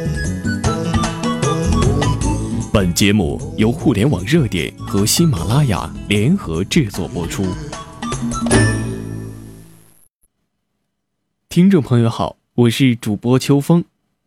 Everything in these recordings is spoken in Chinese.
本节目由互联网热点和喜马拉雅联合制作播出。听众朋友好，我是主播秋风。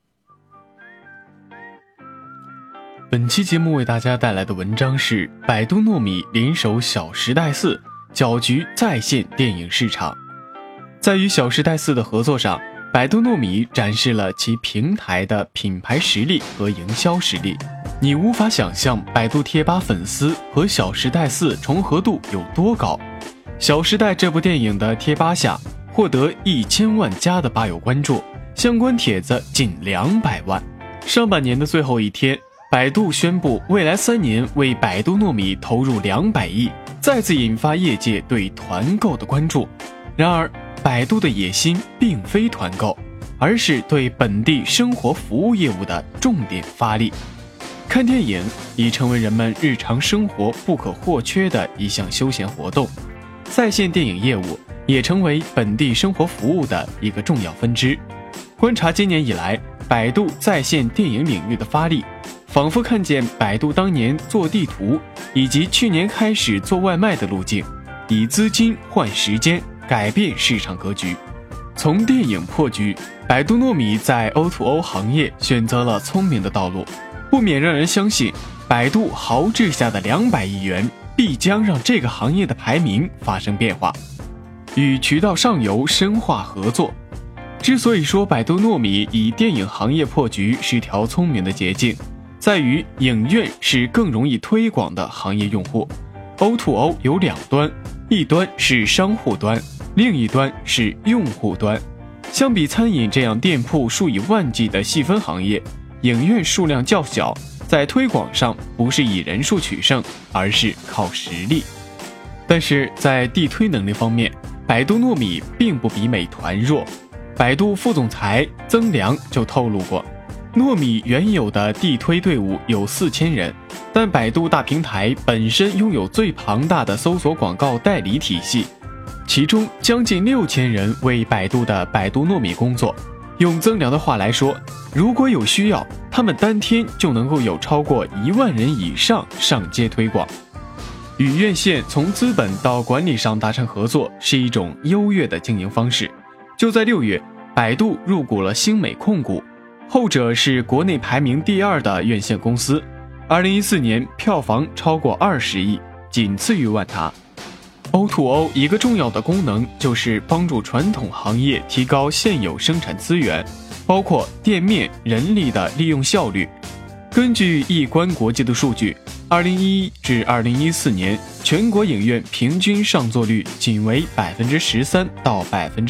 本期节目为大家带来的文章是百度糯米联手《小时代4》，搅局在线电影市场。在与《小时代4》的合作上，百度糯米展示了其平台的品牌实力和营销实力。你无法想象百度贴吧粉丝和《小时代4》重合度有多高。《小时代》这部电影的贴吧下获得1000万加的吧友关注，相关帖子近200万。上半年的最后一天，百度宣布未来3年为百度糯米投入200亿，再次引发业界对团购的关注。然而，百度的野心并非团购，而是对本地生活服务业务的重点发力。看电影已成为人们日常生活不可或缺的一项休闲活动，在线电影业务也成为本地生活服务的一个重要分支。观察今年以来百度在线电影领域的发力，仿佛看见百度当年做地图以及去年开始做外卖的路径，以资金换时间，改变市场格局。从电影破局，百度糯米在 O2O 行业选择了聪明的道路，不免让人相信百度豪掷下的200亿元必将让这个行业的排名发生变化。与渠道上游深化合作。之所以说百度糯米以电影行业破局是条聪明的捷径，在于影院是更容易推广的行业用户。 O2O 有2端，一端是商户端，另一端是用户端。相比餐饮这样店铺数以万计的细分行业，影院数量较小，在推广上不是以人数取胜，而是靠实力。但是在地推能力方面，百度糯米并不比美团弱。百度副总裁曾良就透露过，糯米原有的地推队伍有4000人，但百度大平台本身拥有最庞大的搜索广告代理体系，其中将近6000人为百度的百度糯米工作。用曾良的话来说，如果有需要，他们单天就能够有超过1万人以上上街推广。与院线从资本到管理上达成合作是一种优越的经营方式。就在6月，百度入股了星美控股，后者是国内排名第2的院线公司，2014年票房超过20亿，仅次于万达。O2O 一个重要的功能就是帮助传统行业提高现有生产资源，包括店面、人力的利用效率。根据易观国际的数据，2011至2014年全国影院平均上座率仅为13%到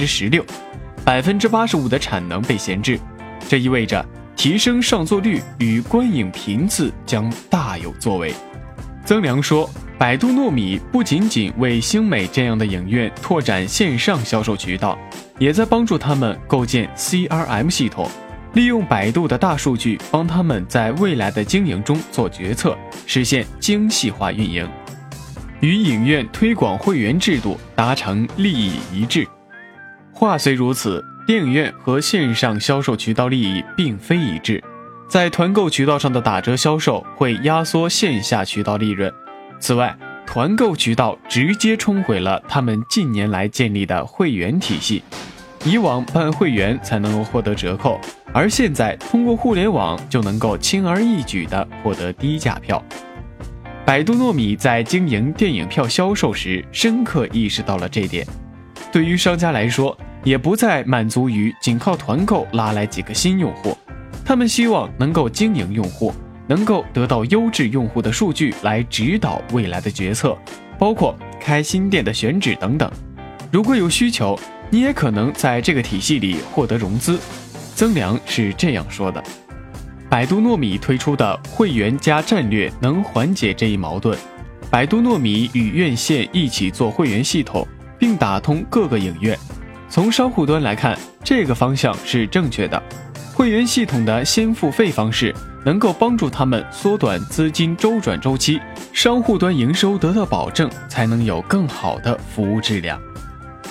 16%，85%的产能被闲置。这意味着提升上座率与观影频次将大有作为。曾良说，百度糯米不仅仅为星美这样的影院拓展线上销售渠道，也在帮助他们构建 CRM 系统，利用百度的大数据帮他们在未来的经营中做决策，实现精细化运营。与影院推广会员制度达成利益一致。话虽如此，电影院和线上销售渠道利益并非一致，在团购渠道上的打折销售会压缩线下渠道利润。此外，团购渠道直接冲毁了他们近年来建立的会员体系。以往办会员才能够获得折扣，而现在通过互联网就能够轻而易举地获得低价票。百度糯米在经营电影票销售时深刻意识到了这点，对于商家来说，也不再满足于仅靠团购拉来几个新用户，他们希望能够经营用户，能够得到优质用户的数据来指导未来的决策，包括开新店的选址等等。如果有需求，你也可能在这个体系里获得融资。曾良是这样说的。百度糯米推出的会员加战略能缓解这一矛盾。百度糯米与院线一起做会员系统，并打通各个影院。从商户端来看，这个方向是正确的。会员系统的先付费方式能够帮助他们缩短资金周转周期，商户端营收得到保证，才能有更好的服务质量。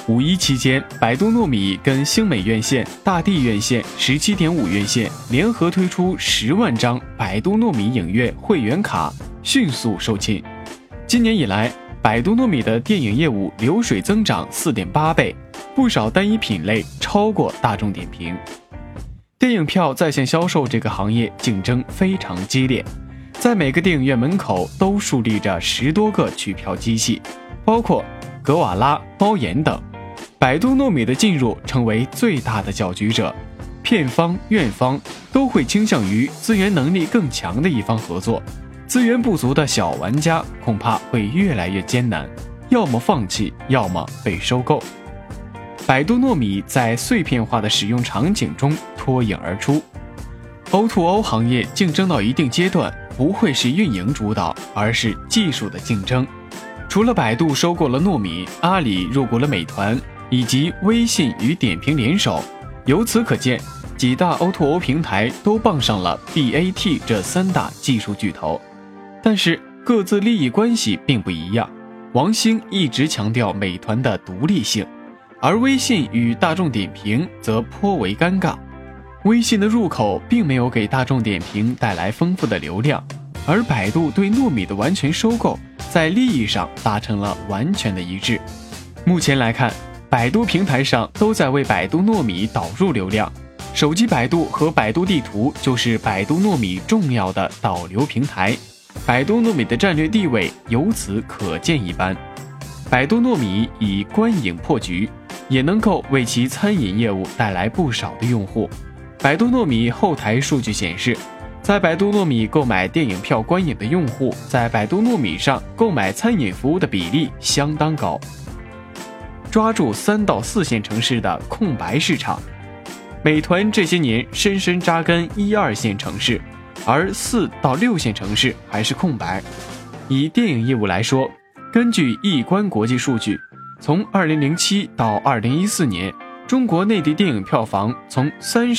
5·1期间，百度糯米跟星美院线、大地院线、17.5院线联合推出10万张百度糯米影院会员卡，迅速售罄。今年以来，百度糯米的电影业务流水增长4.8倍，不少单一品类超过大众点评。电影票在线销售这个行业竞争非常激烈，在每个电影院门口都竖立着10多个取票机器，包括格瓦拉、猫眼等。百度糯米的进入成为最大的搅局者，片方、院方都会倾向于资源能力更强的一方合作，资源不足的小玩家恐怕会越来越艰难，要么放弃，要么被收购。百度糯米在碎片化的使用场景中脱颖而出。O2O 行业竞争到一定阶段，不会是运营主导，而是技术的竞争。除了百度收购了糯米，阿里入股了美团，以及微信与点评联手，由此可见，几大 O2O 平台都傍上了 BAT 这3大技术巨头。但是各自利益关系并不一样，王兴一直强调美团的独立性，而微信与大众点评则颇为尴尬。微信的入口并没有给大众点评带来丰富的流量，而百度对糯米的完全收购，在利益上达成了完全的一致。目前来看，百度平台上都在为百度糯米导入流量，手机百度和百度地图就是百度糯米重要的导流平台，百度糯米的战略地位由此可见一斑。百度糯米以观影破局，也能够为其餐饮业务带来不少的用户。百度糯米后台数据显示，在百度糯米购买电影票观影的用户，在百度糯米上购买餐饮服务的比例相当高。抓住3到4线城市的空白市场，美团这些年深深扎根1、2线城市，而4到6线城市还是空白。以电影业务来说，根据易观国际数据，从2007到2014年，中国内地电影票房从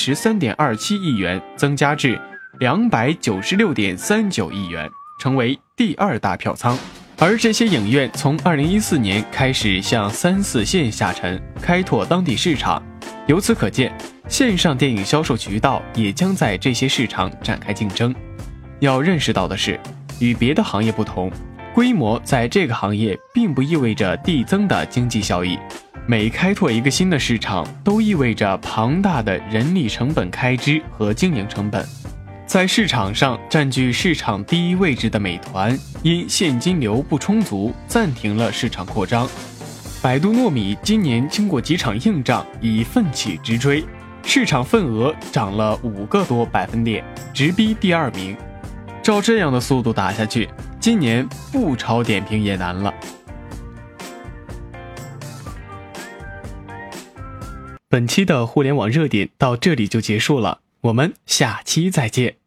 33.27亿元增加至296.39亿元，成为第2大票仓。而这些影院从2014年开始向3、4线下沉，开拓当地市场。由此可见，线上电影销售渠道也将在这些市场展开竞争。要认识到的是，与别的行业不同，规模在这个行业并不意味着递增的经济效益。每开拓一个新的市场，都意味着庞大的人力成本开支和经营成本。在市场上占据市场第一位置的美团，因现金流不充足，暂停了市场扩张。百度糯米今年经过几场硬仗，已奋起直追，市场份额涨了5个多百分点，直逼第2名。照这样的速度打下去，今年不超点评也难了。本期的互联网热点到这里就结束了，我们下期再见。